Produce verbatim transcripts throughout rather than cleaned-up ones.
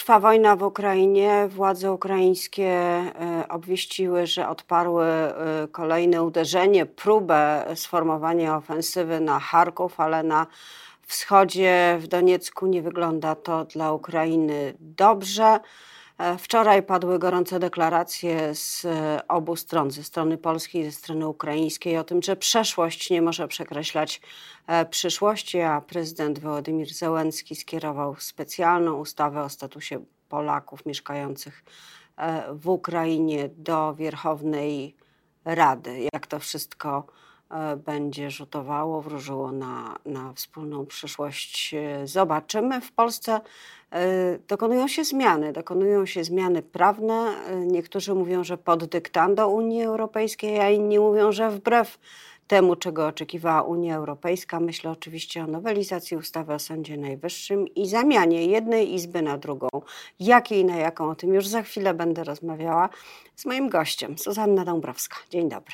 Trwa wojna w Ukrainie. Władze ukraińskie obwieściły, że odparły kolejne uderzenie, próbę sformowania ofensywy na Charków, ale na wschodzie w Doniecku nie wygląda to dla Ukrainy dobrze. Wczoraj padły gorące deklaracje z obu stron, ze strony polskiej i ze strony ukraińskiej, o tym, że przeszłość nie może przekreślać przyszłości, a prezydent Wołodymyr Zełenski skierował specjalną ustawę o statusie Polaków mieszkających w Ukrainie do Wierchownej Rady. Jak to wszystko będzie rzutowało, wróżyło na, na wspólną przyszłość, zobaczymy. W Polsce dokonują się zmiany, dokonują się zmiany prawne. Niektórzy mówią, że pod dyktando Unii Europejskiej, a inni mówią, że wbrew temu, czego oczekiwała Unia Europejska. Myślę oczywiście o nowelizacji ustawy o Sądzie Najwyższym i zamianie jednej izby na drugą. Jakiej i na jaką, o tym już za chwilę będę rozmawiała z moim gościem, Zuzanna Dąbrowska. Dzień dobry.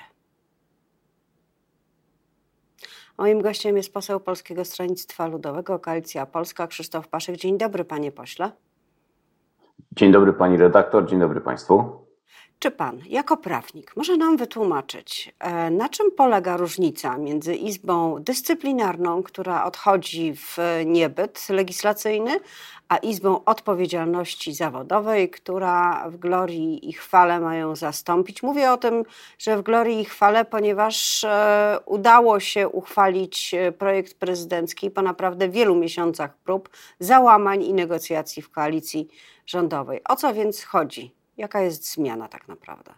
Moim gościem jest poseł Polskiego Stronnictwa Ludowego, Koalicja Polska, Krzysztof Paszyk. Dzień dobry, panie pośle. Dzień dobry, pani redaktor, dzień dobry państwu. Czy pan, jako prawnik, może nam wytłumaczyć, na czym polega różnica między Izbą Dyscyplinarną, która odchodzi w niebyt legislacyjny, a Izbą Odpowiedzialności Zawodowej, która w glorii i chwale mają zastąpić? Mówię o tym, że w glorii i chwale, ponieważ udało się uchwalić projekt prezydencki po naprawdę wielu miesiącach prób, załamań i negocjacji w koalicji rządowej. O co więc chodzi? Jaka jest zmiana tak naprawdę?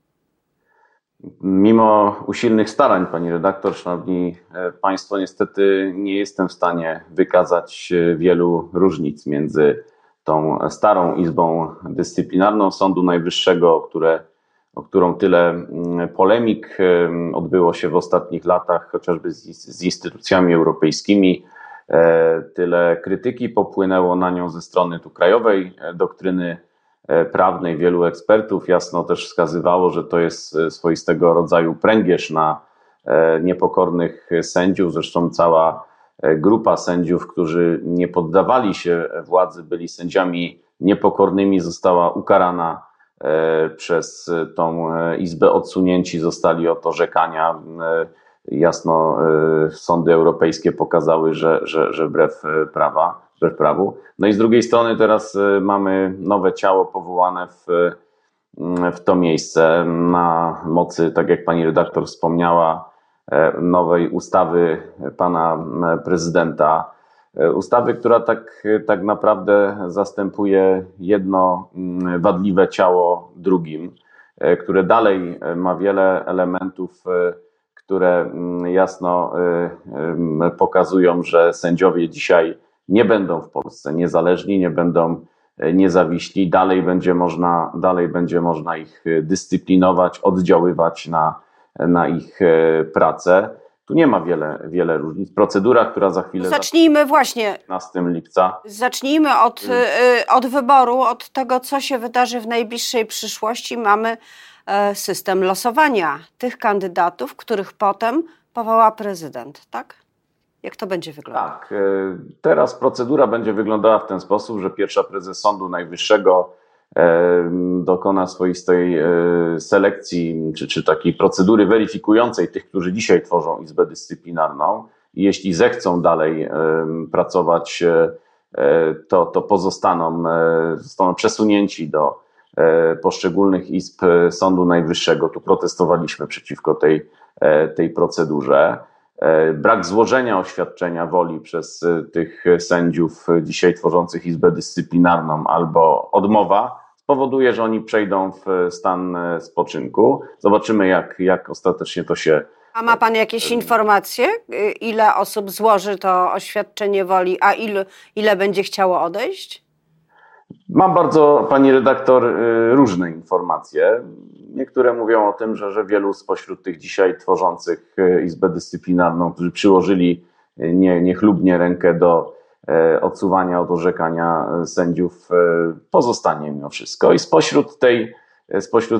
Mimo usilnych starań, pani redaktor, szanowni państwo, niestety nie jestem w stanie wykazać wielu różnic między tą starą Izbą Dyscyplinarną Sądu Najwyższego, które, o którą tyle polemik odbyło się w ostatnich latach, chociażby z, z instytucjami europejskimi. Tyle krytyki popłynęło na nią ze strony tu krajowej doktryny prawnej. Wielu ekspertów jasno też wskazywało, że to jest swoistego rodzaju pręgierz na niepokornych sędziów. Zresztą cała grupa sędziów, którzy nie poddawali się władzy, byli sędziami niepokornymi, została ukarana przez tą Izbę, odsunięci zostali od orzekania. Jasno sądy europejskie pokazały, że, że, że wbrew prawa, wbrew prawu. No i z drugiej strony teraz mamy nowe ciało powołane w, w to miejsce na mocy, tak jak pani redaktor wspomniała, nowej ustawy pana prezydenta. Ustawy, która tak, tak naprawdę zastępuje jedno wadliwe ciało drugim, które dalej ma wiele elementów, które jasno pokazują, że sędziowie dzisiaj nie będą w Polsce niezależni, nie będą niezawiśli. Dalej będzie można, dalej będzie można ich dyscyplinować, oddziaływać na, na ich pracę. Tu nie ma wiele, wiele różnic. Procedura, która za chwilę... Zacznijmy właśnie... piętnastego lipca. Zacznijmy od, od wyboru, od tego, co się wydarzy w najbliższej przyszłości. Mamy system losowania tych kandydatów, których potem powoła prezydent, tak? Jak to będzie wyglądać? Tak, teraz procedura będzie wyglądała w ten sposób, że pierwsza prezes Sądu Najwyższego dokona swoistej selekcji, czy, czy takiej procedury weryfikującej tych, którzy dzisiaj tworzą Izbę Dyscyplinarną. I jeśli zechcą dalej pracować, to, to pozostaną, zostaną przesunięci do poszczególnych izb Sądu Najwyższego. Tu protestowaliśmy przeciwko tej, tej procedurze. Brak złożenia oświadczenia woli przez tych sędziów dzisiaj tworzących Izbę Dyscyplinarną albo odmowa spowoduje, że oni przejdą w stan spoczynku. Zobaczymy, jak, jak ostatecznie to się... A ma pan jakieś informacje, ile osób złoży to oświadczenie woli, a ile, ile będzie chciało odejść? Mam bardzo, pani redaktor, różne informacje. Niektóre mówią o tym, że, że wielu spośród tych dzisiaj tworzących Izbę Dyscyplinarną, którzy przyłożyli nie, niechlubnie rękę do odsuwania od orzekania sędziów, pozostanie mimo wszystko. I spośród tej, spośród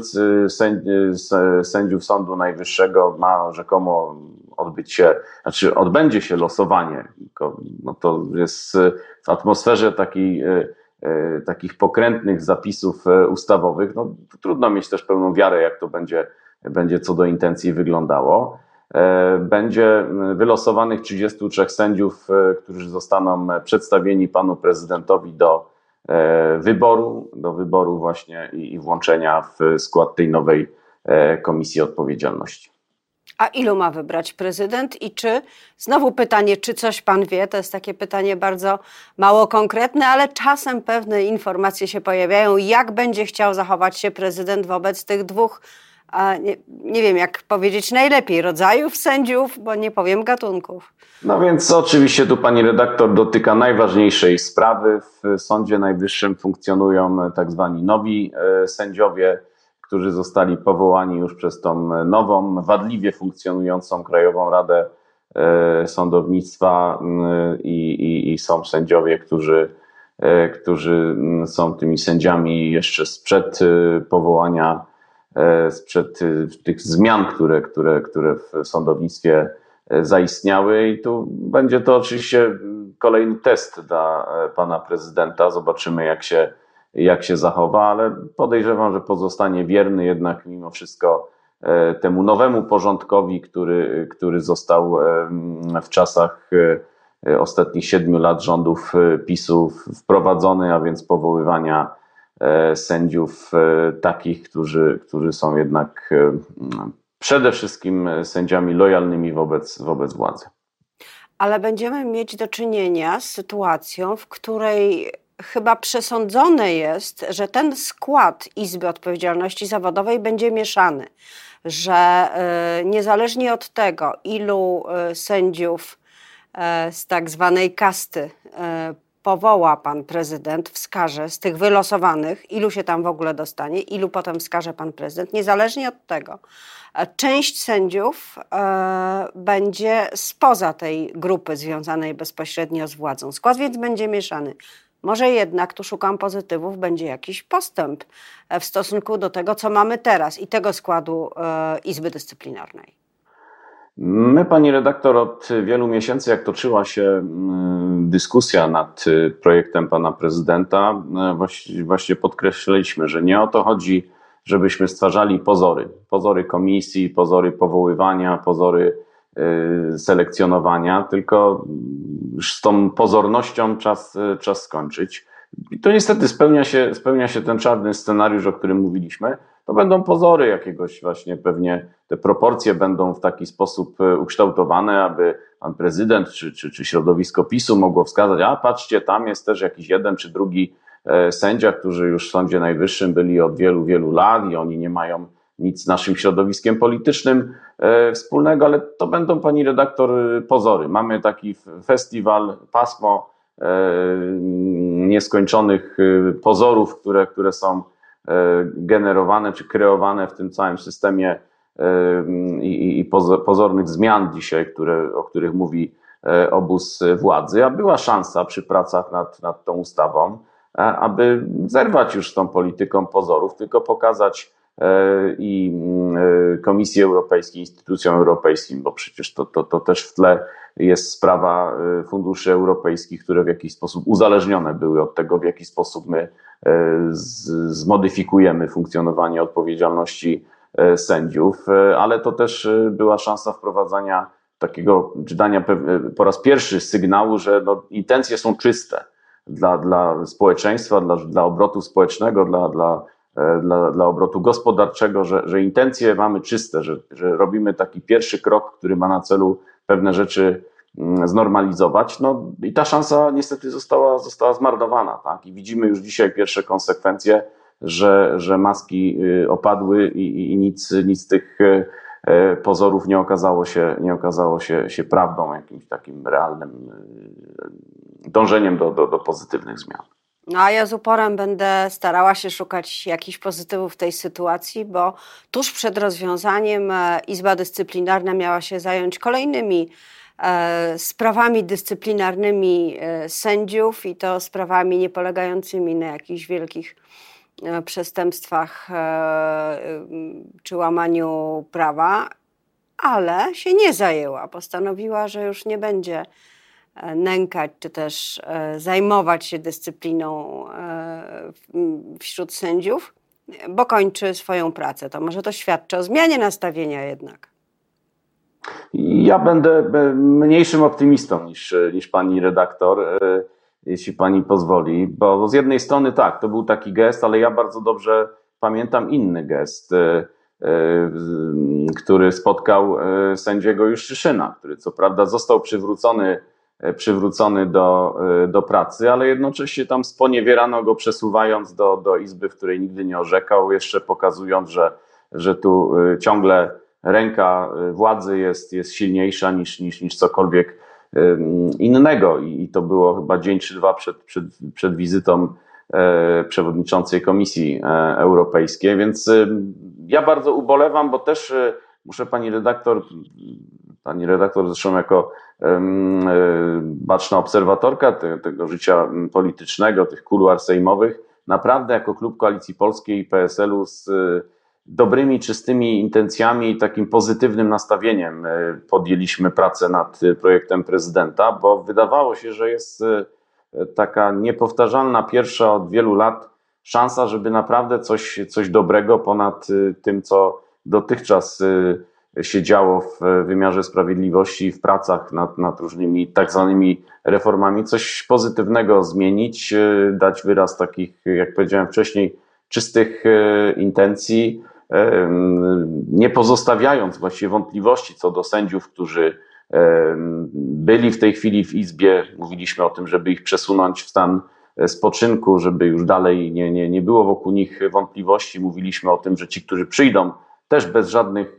sędziów Sądu Najwyższego ma rzekomo odbyć się, znaczy odbędzie się losowanie. No to jest w atmosferze takiej takich pokrętnych zapisów ustawowych, no trudno mieć też pełną wiarę, jak to będzie, będzie co do intencji wyglądało. Będzie wylosowanych trzydziestu trzech sędziów, którzy zostaną przedstawieni panu prezydentowi do wyboru, do wyboru właśnie i włączenia w skład tej nowej Komisji Odpowiedzialności. A ilu ma wybrać prezydent i czy, znowu pytanie, czy coś pan wie, to jest takie pytanie bardzo mało konkretne, ale czasem pewne informacje się pojawiają, jak będzie chciał zachować się prezydent wobec tych dwóch, nie, nie wiem jak powiedzieć najlepiej, rodzajów sędziów, bo nie powiem gatunków. No więc oczywiście tu pani redaktor dotyka najważniejszej sprawy. W Sądzie Najwyższym funkcjonują tak zwani nowi sędziowie, którzy zostali powołani już przez tą nową, wadliwie funkcjonującą Krajową Radę Sądownictwa i, i, i są sędziowie, którzy, którzy są tymi sędziami jeszcze sprzed powołania, sprzed tych zmian, które, które, które w sądownictwie zaistniały i tu będzie to oczywiście kolejny test dla pana prezydenta. Zobaczymy, jak się jak się zachowa, ale podejrzewam, że pozostanie wierny jednak mimo wszystko temu nowemu porządkowi, który, który został w czasach ostatnich siedmiu lat rządów PiSu wprowadzony, a więc powoływania sędziów takich, którzy, którzy są jednak przede wszystkim sędziami lojalnymi wobec, wobec władzy. Ale będziemy mieć do czynienia z sytuacją, w której chyba przesądzone jest, że ten skład Izby Odpowiedzialności Zawodowej będzie mieszany, że niezależnie od tego, ilu sędziów z tak zwanej kasty powoła pan prezydent, wskaże z tych wylosowanych, ilu się tam w ogóle dostanie, ilu potem wskaże pan prezydent, niezależnie od tego, część sędziów będzie spoza tej grupy związanej bezpośrednio z władzą. Skład więc będzie mieszany. Może jednak, tu szukam pozytywów, będzie jakiś postęp w stosunku do tego, co mamy teraz i tego składu Izby Dyscyplinarnej. My, pani redaktor, od wielu miesięcy, jak toczyła się dyskusja nad projektem pana prezydenta, właśnie podkreśliliśmy, że nie o to chodzi, żebyśmy stwarzali pozory. Pozory komisji, pozory powoływania, pozory selekcjonowania, tylko z tą pozornością czas, czas skończyć. I to niestety spełnia się, spełnia się ten czarny scenariusz, o którym mówiliśmy. To będą pozory jakiegoś właśnie, pewnie te proporcje będą w taki sposób ukształtowane, aby pan prezydent czy, czy, czy środowisko PiSu mogło wskazać, a patrzcie, tam jest też jakiś jeden czy drugi sędzia, którzy już w Sądzie Najwyższym byli od wielu, wielu lat i oni nie mają nic z naszym środowiskiem politycznym wspólnego, ale to będą, pani redaktor, pozory. Mamy taki festiwal, pasmo nieskończonych pozorów, które, które są generowane czy kreowane w tym całym systemie i, i pozornych zmian dzisiaj, które, o których mówi obóz władzy, a była szansa przy pracach nad, nad tą ustawą, aby zerwać już z tą polityką pozorów, tylko pokazać i Komisji Europejskiej, instytucjom europejskim, bo przecież to, to, to też w tle jest sprawa funduszy europejskich, które w jakiś sposób uzależnione były od tego, w jaki sposób my zmodyfikujemy funkcjonowanie odpowiedzialności sędziów, ale to też była szansa wprowadzania takiego, czy dania po raz pierwszy sygnału, że no, intencje są czyste dla, dla społeczeństwa, dla, dla obrotu społecznego, dla, dla Dla, dla obrotu gospodarczego, że, że intencje mamy czyste, że, że robimy taki pierwszy krok, który ma na celu pewne rzeczy znormalizować. No i ta szansa niestety została, została zmarnowana, tak? I widzimy już dzisiaj pierwsze konsekwencje, że, że maski opadły i, i nic, nic z tych pozorów nie okazało się, nie okazało się, się prawdą, jakimś takim realnym dążeniem do, do, do pozytywnych zmian. No a ja z uporem będę starała się szukać jakichś pozytywów w tej sytuacji, bo tuż przed rozwiązaniem Izba Dyscyplinarna miała się zająć kolejnymi e, sprawami dyscyplinarnymi e, sędziów i to sprawami nie polegającymi na jakichś wielkich e, przestępstwach e, czy łamaniu prawa, ale się nie zajęła. Postanowiła, że już nie będzie nękać, czy też zajmować się dyscypliną wśród sędziów, bo kończy swoją pracę. To może to świadczy o zmianie nastawienia jednak. Ja będę mniejszym optymistą niż, niż pani redaktor, jeśli pani pozwoli, bo z jednej strony tak, to był taki gest, ale ja bardzo dobrze pamiętam inny gest, który spotkał sędziego Juszczyszyna, który co prawda został przywrócony, przywrócony do, do pracy, ale jednocześnie tam sponiewierano go, przesuwając do, do izby, w której nigdy nie orzekał, jeszcze pokazując, że, że tu ciągle ręka władzy jest, jest silniejsza niż, niż, niż cokolwiek innego. I to było chyba dzień czy dwa przed, przed, przed wizytą przewodniczącej Komisji Europejskiej, więc ja bardzo ubolewam, bo też muszę pani redaktor, pani redaktor zresztą jako baczna obserwatorka te, tego życia politycznego, tych kuluar sejmowych, naprawdę jako klub Koalicji Polskiej i P S L u z dobrymi, czystymi intencjami i takim pozytywnym nastawieniem podjęliśmy pracę nad projektem prezydenta, bo wydawało się, że jest taka niepowtarzalna pierwsza od wielu lat szansa, żeby naprawdę coś, coś dobrego ponad tym, co dotychczas się działo w wymiarze sprawiedliwości, w pracach nad, nad różnymi tak zwanymi reformami, coś pozytywnego zmienić, dać wyraz takich, jak powiedziałem wcześniej, czystych intencji, nie pozostawiając właściwie wątpliwości co do sędziów, którzy byli w tej chwili w Izbie. Mówiliśmy o tym, żeby ich przesunąć w stan spoczynku, żeby już dalej nie, nie, nie było wokół nich wątpliwości. Mówiliśmy o tym, że ci, którzy przyjdą, też bez żadnych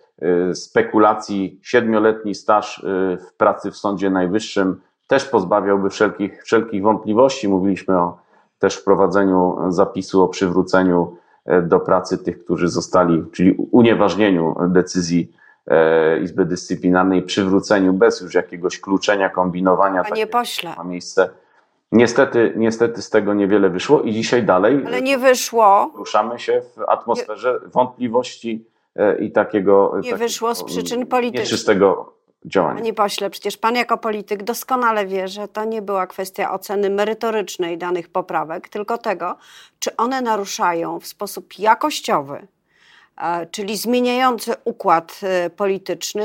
spekulacji, siedmioletni staż w pracy w Sądzie Najwyższym też pozbawiałby wszelkich, wszelkich wątpliwości. Mówiliśmy o też wprowadzeniu zapisu o przywróceniu do pracy tych, którzy zostali, czyli unieważnieniu decyzji Izby Dyscyplinarnej, przywróceniu bez już jakiegoś kluczenia, kombinowania. Panie pośle. Ma miejsce. Niestety, niestety z tego niewiele wyszło i dzisiaj dalej. Ale nie wyszło. Ruszamy się w atmosferze nie, wątpliwości i takiego. Nie takiego wyszło z przyczyn politycznych. Nieczystego działania. Panie pośle, przecież pan jako polityk doskonale wie, że to nie była kwestia oceny merytorycznej danych poprawek, tylko tego, czy one naruszają w sposób jakościowy, czyli zmieniający układ polityczny,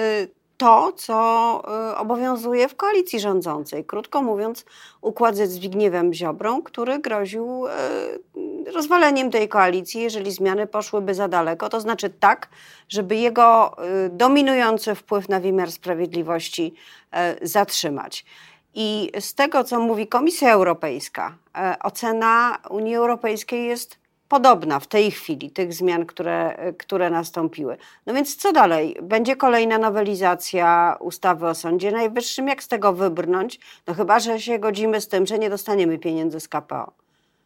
to, co obowiązuje w koalicji rządzącej. Krótko mówiąc, układ ze Zbigniewem Ziobrą, który groził rozwaleniem tej koalicji, jeżeli zmiany poszłyby za daleko. To znaczy tak, żeby jego dominujący wpływ na wymiar sprawiedliwości zatrzymać. I z tego, co mówi Komisja Europejska, ocena Unii Europejskiej jest podobna w tej chwili tych zmian, które, które nastąpiły. No więc co dalej? Będzie kolejna nowelizacja ustawy o Sądzie Najwyższym. Jak z tego wybrnąć? No chyba, że się godzimy z tym, że nie dostaniemy pieniędzy z K P O.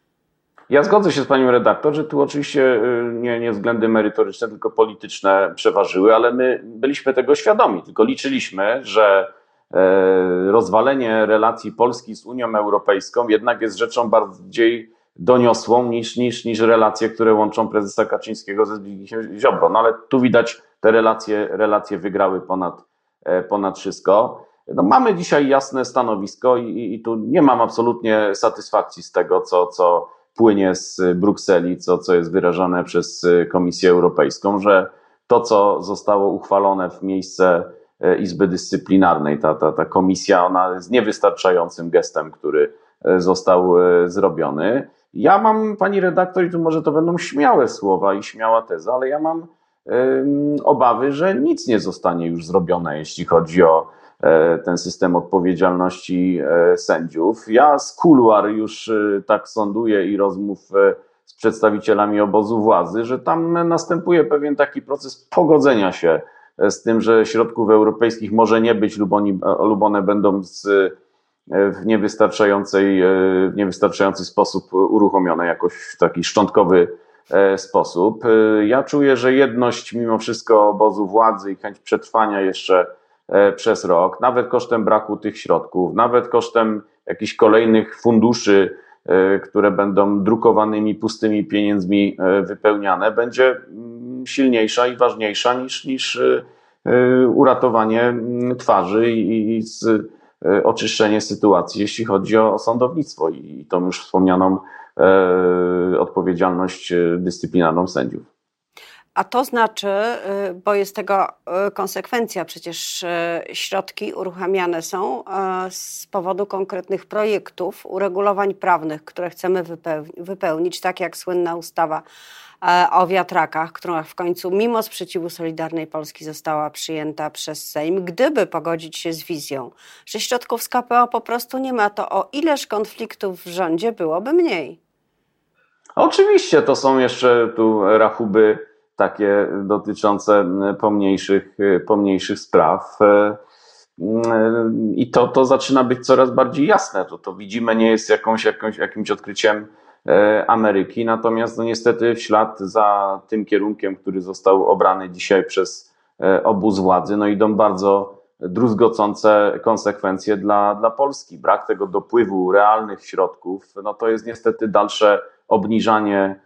Ja zgodzę się z panią redaktor, że tu oczywiście nie, nie względy merytoryczne, tylko polityczne przeważyły, ale my byliśmy tego świadomi, tylko liczyliśmy, że rozwalenie relacji Polski z Unią Europejską jednak jest rzeczą bardziej doniosłą niż, niż, niż relacje, które łączą prezesa Kaczyńskiego ze Zbigniewem Ziobrą. No ale tu widać, te relacje, relacje wygrały ponad, ponad wszystko. No, mamy dzisiaj jasne stanowisko i, i tu nie mam absolutnie satysfakcji z tego, co, co płynie z Brukseli, co, co jest wyrażane przez Komisję Europejską, że to, co zostało uchwalone w miejsce Izby Dyscyplinarnej, ta, ta, ta komisja, ona jest niewystarczającym gestem, który został zrobiony. Ja mam, pani redaktor, i tu może to będą śmiałe słowa i śmiała teza, ale ja mam um, obawy, że nic nie zostanie już zrobione, jeśli chodzi o e, ten system odpowiedzialności e, sędziów. Ja z kuluar już e, tak sąduję i rozmów e, z przedstawicielami obozu władzy, że tam następuje pewien taki proces pogodzenia się z tym, że środków europejskich może nie być lub, oni, lub one będą z w niewystarczającej, w niewystarczający sposób uruchomione, jakoś w taki szczątkowy sposób. Ja czuję, że jedność mimo wszystko obozu władzy i chęć przetrwania jeszcze przez rok, nawet kosztem braku tych środków, nawet kosztem jakichś kolejnych funduszy, które będą drukowanymi, pustymi pieniędzmi wypełniane, będzie silniejsza i ważniejsza niż, niż uratowanie twarzy i z oczyszczenie sytuacji, jeśli chodzi o sądownictwo i tą już wspomnianą odpowiedzialność dyscyplinarną sędziów. A to znaczy, bo jest tego konsekwencja, przecież środki uruchamiane są z powodu konkretnych projektów, uregulowań prawnych, które chcemy wypełnić, tak jak słynna ustawa o wiatrakach, która w końcu mimo sprzeciwu Solidarnej Polski została przyjęta przez Sejm. Gdyby pogodzić się z wizją, że środków z K P O po prostu nie ma, to o ileż konfliktów w rządzie byłoby mniej? Oczywiście to są jeszcze tu rachuby takie dotyczące pomniejszych, pomniejszych spraw. I to, to zaczyna być coraz bardziej jasne. To, to widzimy, nie jest jakąś, jakąś, jakimś odkryciem Ameryki, natomiast no niestety w ślad za tym kierunkiem, który został obrany dzisiaj przez obóz władzy, no idą bardzo druzgocące konsekwencje dla, dla Polski. Brak tego dopływu realnych środków, no to jest niestety dalsze obniżanie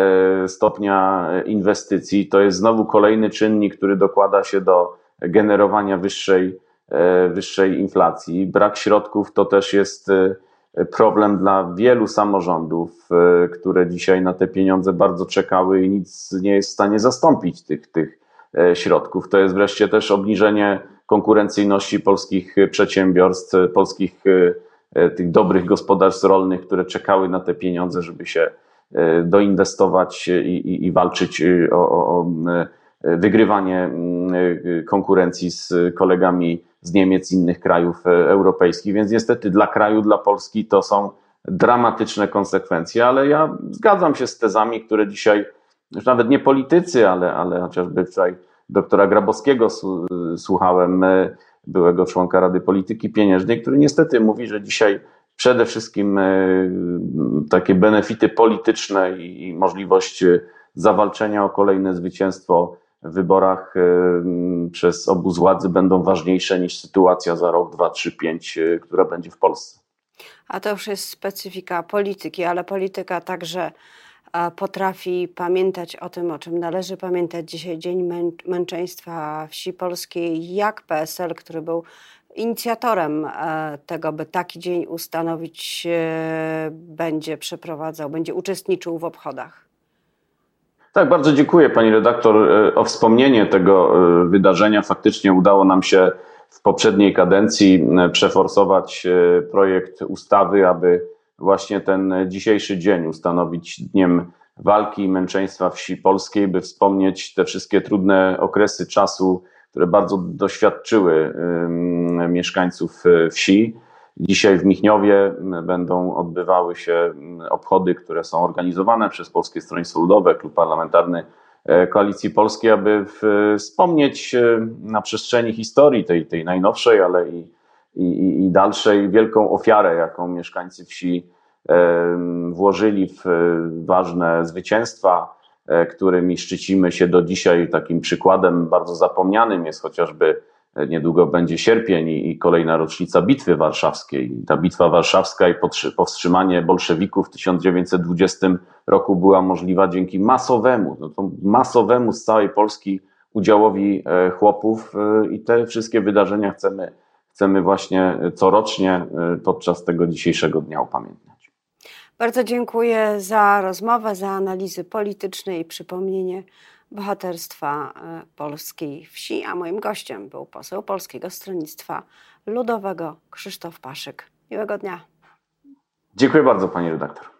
stopnia inwestycji. To jest znowu kolejny czynnik, który dokłada się do generowania wyższej, wyższej inflacji. Brak środków to też jest problem dla wielu samorządów, które dzisiaj na te pieniądze bardzo czekały i nic nie jest w stanie zastąpić tych, tych środków. To jest wreszcie też obniżenie konkurencyjności polskich przedsiębiorstw, polskich tych dobrych gospodarstw rolnych, które czekały na te pieniądze, żeby się doinwestować i, i, i walczyć o, o wygrywanie konkurencji z kolegami z Niemiec, innych krajów europejskich. Więc niestety dla kraju, dla Polski to są dramatyczne konsekwencje, ale ja zgadzam się z tezami, które dzisiaj już nawet nie politycy, ale, ale chociażby wczoraj doktora Grabowskiego słuchałem, byłego członka Rady Polityki Pieniężnej, który niestety mówi, że dzisiaj przede wszystkim takie benefity polityczne i możliwość zawalczenia o kolejne zwycięstwo w wyborach przez obóz władzy będą ważniejsze niż sytuacja za rok, dwa, trzy, pięć, która będzie w Polsce. A to już jest specyfika polityki, ale polityka także potrafi pamiętać o tym, o czym należy pamiętać. Dzisiaj Dzień Mę- Męczeństwa Wsi Polskiej, jak P S L, który był inicjatorem tego, by taki dzień ustanowić, będzie przeprowadzał, będzie uczestniczył w obchodach. Tak, bardzo dziękuję pani redaktor o wspomnienie tego wydarzenia. Faktycznie udało nam się w poprzedniej kadencji przeforsować projekt ustawy, aby właśnie ten dzisiejszy dzień ustanowić dniem walki i męczeństwa wsi polskiej, by wspomnieć te wszystkie trudne okresy czasu, które bardzo doświadczyły mieszkańców wsi. Dzisiaj w Michniowie będą odbywały się obchody, które są organizowane przez Polskie Stronnictwo Ludowe, Klub Parlamentarny Koalicji Polskiej, aby wspomnieć na przestrzeni historii tej, tej najnowszej, ale i, i, i dalszej wielką ofiarę, jaką mieszkańcy wsi włożyli w ważne zwycięstwa, którymi szczycimy się do dzisiaj. Takim przykładem bardzo zapomnianym jest chociażby, niedługo będzie sierpień i kolejna rocznica Bitwy Warszawskiej. Ta Bitwa Warszawska i powstrzymanie bolszewików w tysiąc dziewięćset dwudziestym roku była możliwa dzięki masowemu, no to masowemu z całej Polski udziałowi chłopów i te wszystkie wydarzenia chcemy, chcemy właśnie corocznie podczas tego dzisiejszego dnia upamiętniać. Bardzo dziękuję za rozmowę, za analizy polityczne i przypomnienie bohaterstwa polskiej wsi, a moim gościem był poseł Polskiego Stronnictwa Ludowego Krzysztof Paszyk. Miłego dnia. Dziękuję bardzo pani redaktor.